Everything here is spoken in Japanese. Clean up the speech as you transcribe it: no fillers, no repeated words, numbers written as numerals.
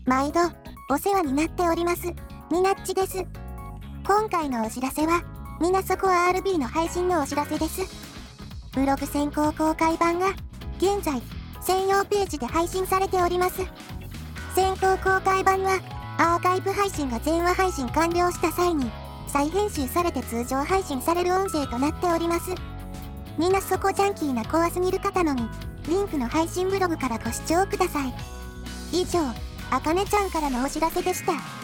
毎度、お世話になっております。みなっちです。今回のお知らせは、みなそこ RB の配信のお知らせです。ブログ先行公開版が、現在、専用ページで配信されております。先行公開版は、アーカイブ配信が全話配信完了した際に、再編集されて通常配信される音声となっております。みなそこジャンキーな怖すぎる方のみ、リンクの配信ブログからご視聴ください。以上、あかねちゃんからのお知らせでした。